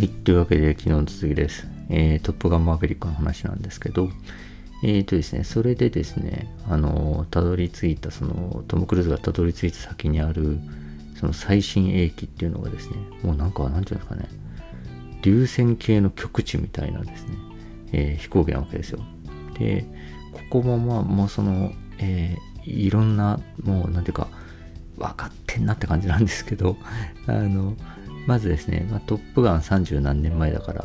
はい。というわけで、昨日の続きです。トップガンマーヴェリックの話なんですけど、ですね、それでですね、たどり着いた、トム・クルーズがたどり着いた先にある、その最新鋭機っていうのがですね、もうなんていうんですかね、流線形の極地みたいなですね、飛行機なわけですよ。で、ここももういろんな、もうなんていうか、分かってんなって感じなんですけど、まずですね、トップガン30何年前だから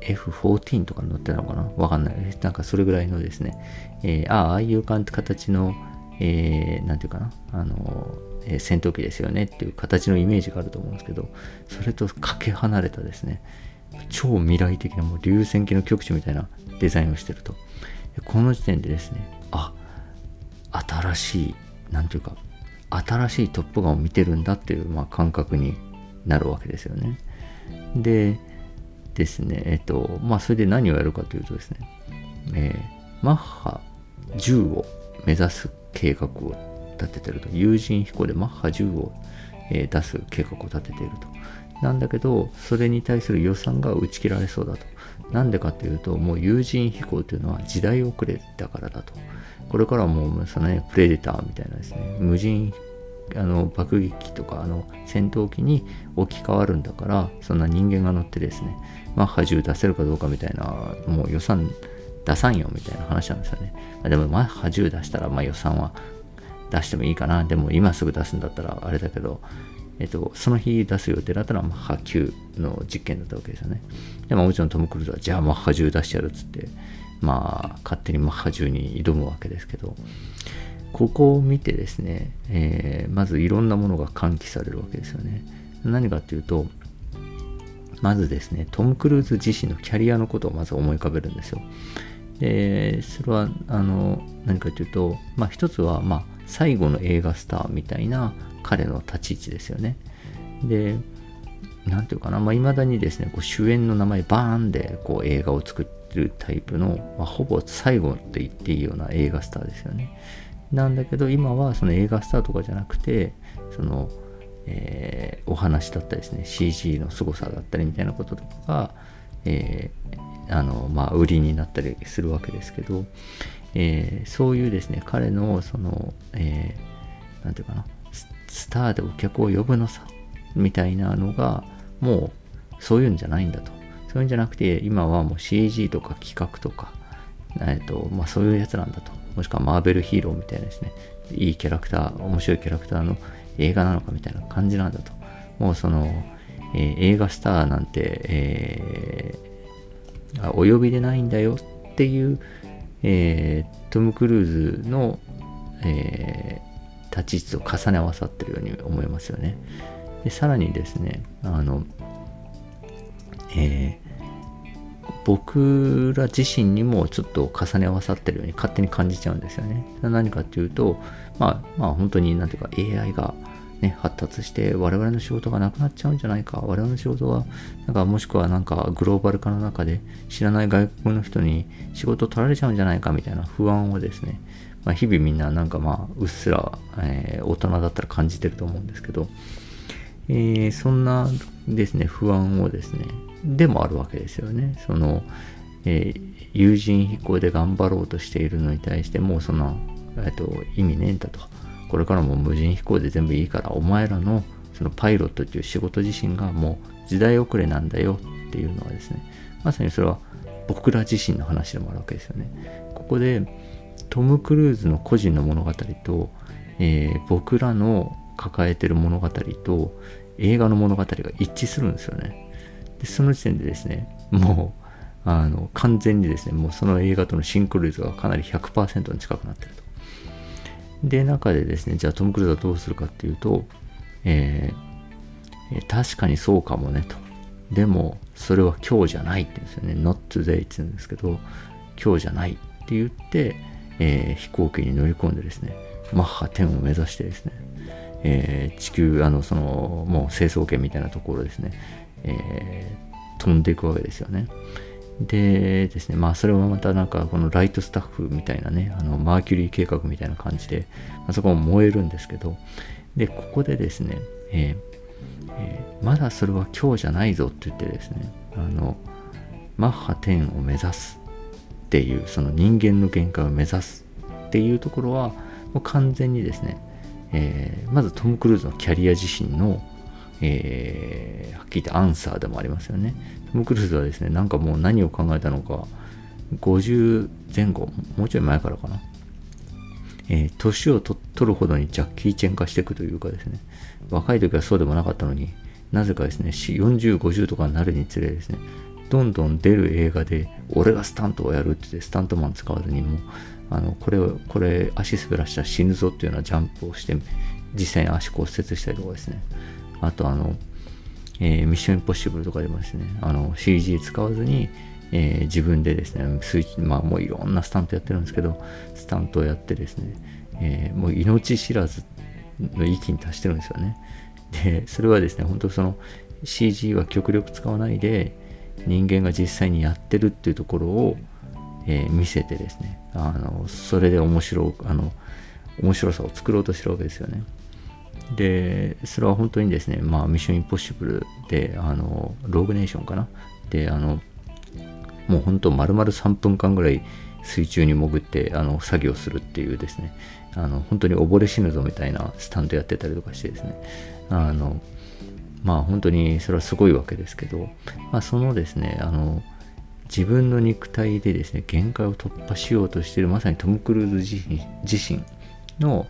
F14 とかに乗ってたのかなわかんない。なんかそれぐらいのですね、ああいう形の、なんていうかな、戦闘機ですよねっていう形のイメージがあると思うんですけど、それとかけ離れたですね、超未来的なもう流線形の極地みたいなデザインをしてると。この時点でですね、新しい、なんていうか、新しいトップガンを見てるんだっていう、感覚になるわけですよね。でですね、それで何をやるかというとですね、マッハ10を目指す計画を立ててると。有人飛行でマッハ10を、出す計画を立てていると。なんだけど、それに対する予算が打ち切られそうだと。なんでかというと、もう有人飛行というのは時代遅れだからだと。これからはもうプレデターみたいなですね、無人爆撃機とか戦闘機に置き換わるんだから、そんな人間が乗ってですね、マッハ10出せるかどうかみたいな、もう予算出さんよみたいな話なんですよね。でもマッハ10出したら予算は出してもいいかな。でも今すぐ出すんだったらあれだけど、その日出す予定だったらマッハ9の実験だったわけですよね。でももちろんトム・クルーズはじゃあマッハ10出してやるっつって、勝手にマッハ10に挑むわけですけど、ここを見てですね、まずいろんなものが喚起されるわけですよね。何かっていうと、まずですね、トム・クルーズ自身のキャリアのことをまず思い浮かべるんですよ。で、それは何かというと、一つは最後の映画スターみたいな彼の立ち位置ですよね。で、なんていうかな、未だにですね、主演の名前バーンで映画を作ってるタイプの、ほぼ最後って言っていいような映画スターですよね。なんだけど今はその映画スターとかじゃなくて、お話だったりですね、 CG の凄さだったりみたいなこととかが、売りになったりするわけですけど、そういうですね、彼のなんていうかな、スターでお客を呼ぶのさみたいなのがもうそういうんじゃないんだと。そういうんじゃなくて、今はもう CG とか企画とかそういうやつなんだと。もしくはマーベルヒーローみたいなですね、いいキャラクター、面白いキャラクターの映画なのかみたいな感じなんだと。もう映画スターなんて、お呼びでないんだよっていう、トム・クルーズの、立ち位置と重ね合わさってるように思いますよね。で、さらにですね、僕ら自身にもちょっと重ね合わさってるように勝手に感じちゃうんですよね。何かっていうと、本当になんていうか AI がね、発達して我々の仕事がなくなっちゃうんじゃないか。我々の仕事はもしくはグローバル化の中で知らない外国の人に仕事を取られちゃうんじゃないかみたいな不安をですね、日々みんなうっすら、大人だったら感じてると思うんですけど、そんなですね、不安をですね、でもあるわけですよね。有人飛行で頑張ろうとしているのに対しても意味ねえんだと。これからも無人飛行で全部いいから、お前らのそのパイロットという仕事自身がもう時代遅れなんだよっていうのはですね、まさにそれは僕ら自身の話でもあるわけですよね。ここでトム・クルーズの個人の物語と、僕らの抱えてる物語と映画の物語が一致するんですよね。で、その時点でですね、もう完全にですね、もうその映画とのシンクロ率がかなり 100% に近くなってると。で、中でですね、じゃあトム・クルーズはどうするかっていうと、確かにそうかもねと。でもそれは今日じゃないって言うんですよね。not today って言うんですけど、今日じゃないって言って、飛行機に乗り込んでですね、マッハ10を目指してですね、地球もう成層圏みたいなところですね、飛んでいくわけですよね。でですね、それはまたこのライトスタッフみたいなね、マーキュリー計画みたいな感じで、そこも燃えるんですけど、で、ここでですね、まだそれは今日じゃないぞって言ってですね、 マッハ10を目指すっていう、その人間の限界を目指すっていうところはもう完全にですね、まずトム・クルーズのキャリア自身の、はっきり言ってアンサーでもありますよね。トム・クルーズはですね、なんかもう何を考えたのか、50前後、もうちょい前からかな、年を取るほどにジャッキー・チェン化していくというかですね、若い時はそうでもなかったのに、なぜかですね、40、50とかになるにつれですね、どんどん出る映画で、俺がスタントをやるって言って、スタントマン使わずにもう、これ足滑らしたら死ぬぞっていうようなジャンプをして、実際に足骨折したりとかですね、あとミッションインポッシブルとかでもですね、CG 使わずに、自分でですね、もういろんなスタントやってるんですけど、スタントをやってですね、もう命知らずの域に達してるんですよね。で、それはですね、本当その CG は極力使わないで、人間が実際にやってるっていうところを、見せてですね、それで面白さを作ろうとしてるわけですよね。で、それは本当にですね、ミッションインポッシブルで、ローグネーションかなで、もう本当丸々3分間ぐらい水中に潜って作業するっていうですね、本当に溺れ死ぬぞみたいなスタントやってたりとかしてですね、本当にそれはすごいわけですけど、そのですね、自分の肉体でですね、限界を突破しようとしているまさにトム・クルーズ自身の、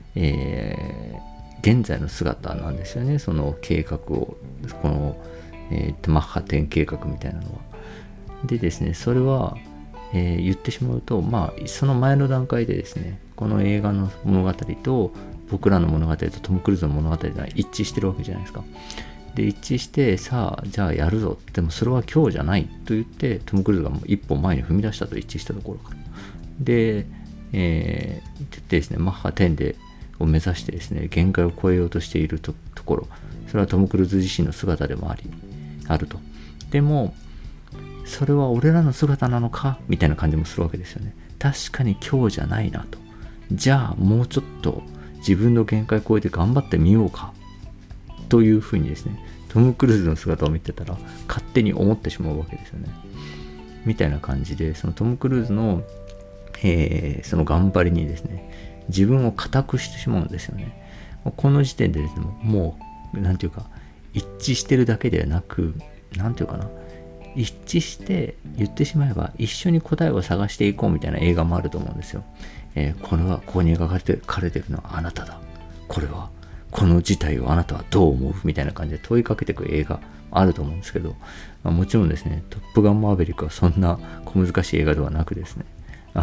現在の姿なんですよね。その計画を、この、マッハ10計画みたいなのは。でですね、それは、言ってしまうと、その前の段階でですね、この映画の物語と僕らの物語とトム・クルーズの物語が一致してるわけじゃないですか。で、一致して、さあ、じゃあやるぞ。でもそれは今日じゃないと言って、トム・クルーズがもう一歩前に踏み出したと一致したところから。で、ですね、マッハ10を目指してですね、限界を超えようとしているところ、それはトム・クルーズ自身の姿でもあると。でも、それは俺らの姿なのかみたいな感じもするわけですよね。確かに今日じゃないなと。じゃあもうちょっと自分の限界を超えて頑張ってみようかというふうにですね、トム・クルーズの姿を見てたら勝手に思ってしまうわけですよね。みたいな感じで、そのトム・クルーズの、その頑張りにですね、自分を固くしてしまうんですよね。この時点でですね、もうなんていうか、一致してるだけではなく、なんていうかな、一致して言ってしまえば一緒に答えを探していこうみたいな映画もあると思うんですよ。ここに描かれてるのはあなただ。この事態をあなたはどう思うみたいな感じで問いかけていく映画あると思うんですけど、もちろんですね、トップガンマーヴェリックはそんな小難しい映画ではなくですね、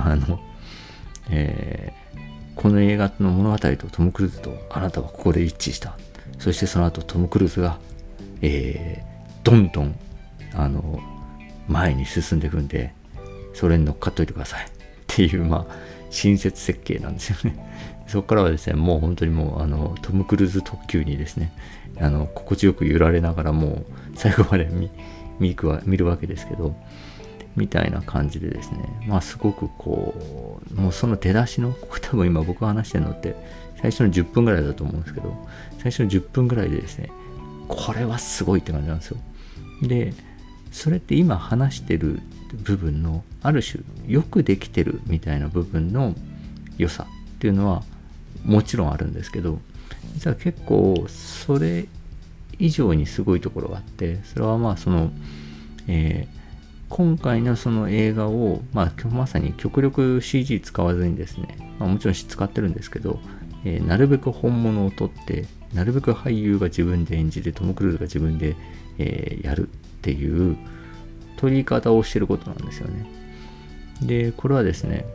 この映画の物語とトム・クルーズとあなたはここで一致した。そしてその後トム・クルーズが、どんどん前に進んでいくんで、それに乗っかっといてくださいっていう、親切設計なんですよね。そこからはですね、もう本当にもうトム・クルーズ特急にですね、心地よく揺られながらもう最後まで見るわけですけど、みたいな感じでですね、すごくこう、もうその出だしの、多分今僕が話してるのって最初の10分ぐらいだと思うんですけど、最初の10分ぐらいでですね、これはすごいって感じなんですよ。で、それって今話してる部分のある種よくできてるみたいな部分の良さっていうのはもちろんあるんですけど、実は結構それ以上にすごいところがあって、それはその、今回のその映画を、まさに極力 CG 使わずにですね、もちろん使ってるんですけど、なるべく本物を撮って、なるべく俳優が自分で演じて、トム・クルーズが自分で、やるっていう撮り方をしてることなんですよね。で、これはですね、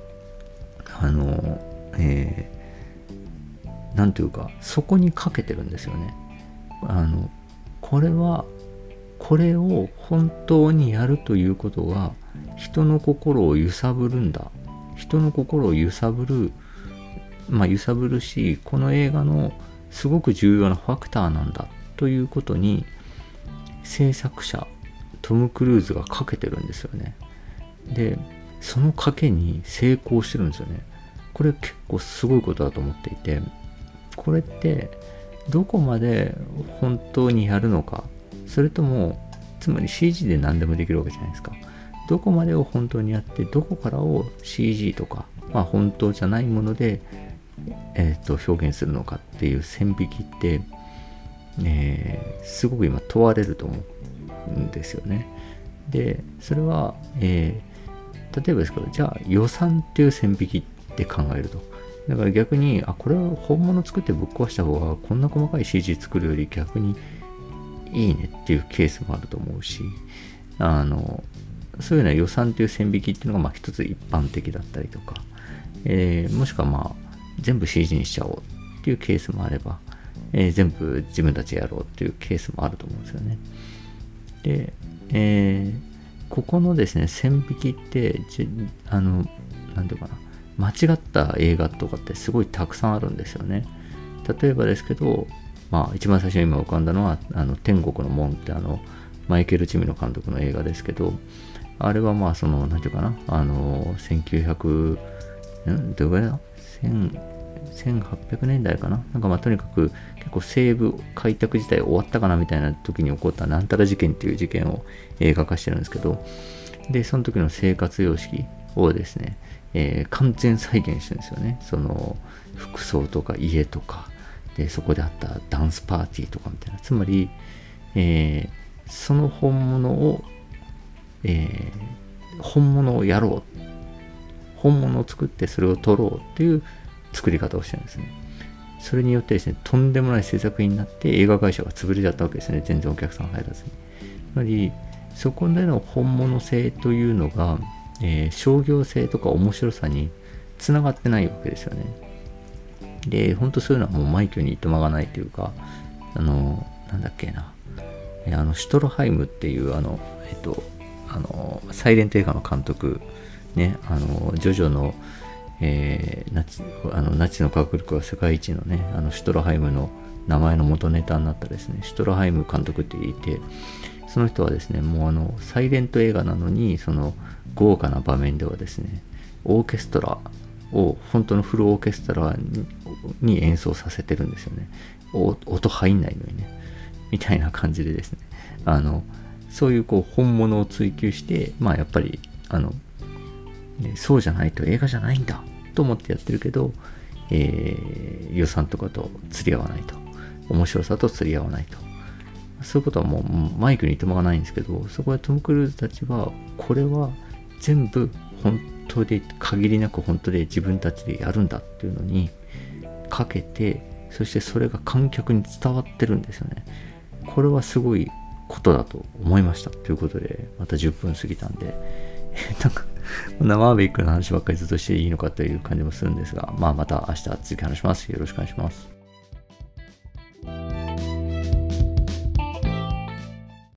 なんていうか、そこにかけてるんですよね。これを本当にやるということが人の心を揺さぶるんだ。人の心を揺さぶる、揺さぶるし、この映画のすごく重要なファクターなんだということに制作者トム・クルーズがかけてるんですよね。で、その賭けに成功してるんですよね。これ結構すごいことだと思っていて、これってどこまで本当にやるのか、それともつまり CG で何でもできるわけじゃないですか。どこまでを本当にやって、どこからを CG とか、本当じゃないもので、表現するのかっていう線引きって、すごく今問われると思うんですよね。で、それは、例えばですけど、じゃあ予算っていう線引きって考えると。だから逆に、これを本物作ってぶっ壊した方が、こんな細かい CG 作るより逆にいいねっていうケースもあると思うし、そういうような予算という線引きっていうのが一つ一般的だったりとか、もしくは全部 CG にしちゃおうっていうケースもあれば、全部自分たちでやろうっていうケースもあると思うんですよね。で、ここのですね、線引きって、なんていうかな、間違った映画とかってすごいたくさんあるんですよね。例えばですけど、一番最初に今浮かんだのは、天国の門ってマイケル・チミノ監督の映画ですけど、あれはなんていうかな、1900、どれぐらいだ 1800年代かな、とにかく結構西部開拓自体終わったかなみたいな時に起こったなんたら事件っていう事件を映画化してるんですけど、でその時の生活様式をですね、完全再現してるんですよね。その服装とか家とかで、そこであったダンスパーティーとかみたいな、つまり、その本物をやろう、本物を作ってそれを撮ろうっていう作り方をしてるんですね。それによってですね、とんでもない制作費になって映画会社が潰れちゃったわけですね。全然お客さん入らずに。つまりそこでの本物性というのが、商業性とか面白さにつながってないわけですよね。で、本当そういうのはもう枚挙にいとまがないというか、なんだっけな、シュトロハイムっていうサイレント映画の監督ね、ジョジョの、ナチの科学力が世界一のね、シュトロハイムの名前の元ネタになったですね、シュトロハイム監督っていて、その人はですね、もうサイレント映画なのに、その豪華な場面ではですね、オーケストラを、本当のフルオーケストラに演奏させてるんですよね。音入んないのにね。みたいな感じでですね、そういう本物を追求して、やっぱり、そうじゃないと映画じゃないんだと思ってやってるけど、予算とかと釣り合わないと。面白さと釣り合わないと。そういうことはもうマイクにいとまがないんですけど、そこでトム・クルーズたちは、これは全部本当で、限りなく本当で自分たちでやるんだっていうのにかけて、そしてそれが観客に伝わってるんですよね。これはすごいことだと思いました。ということで、また10分過ぎたんで、こんなマーヴェリックの話ばっかりずっとしていいのかという感じもするんですが、また明日続き話します。よろしくお願いします。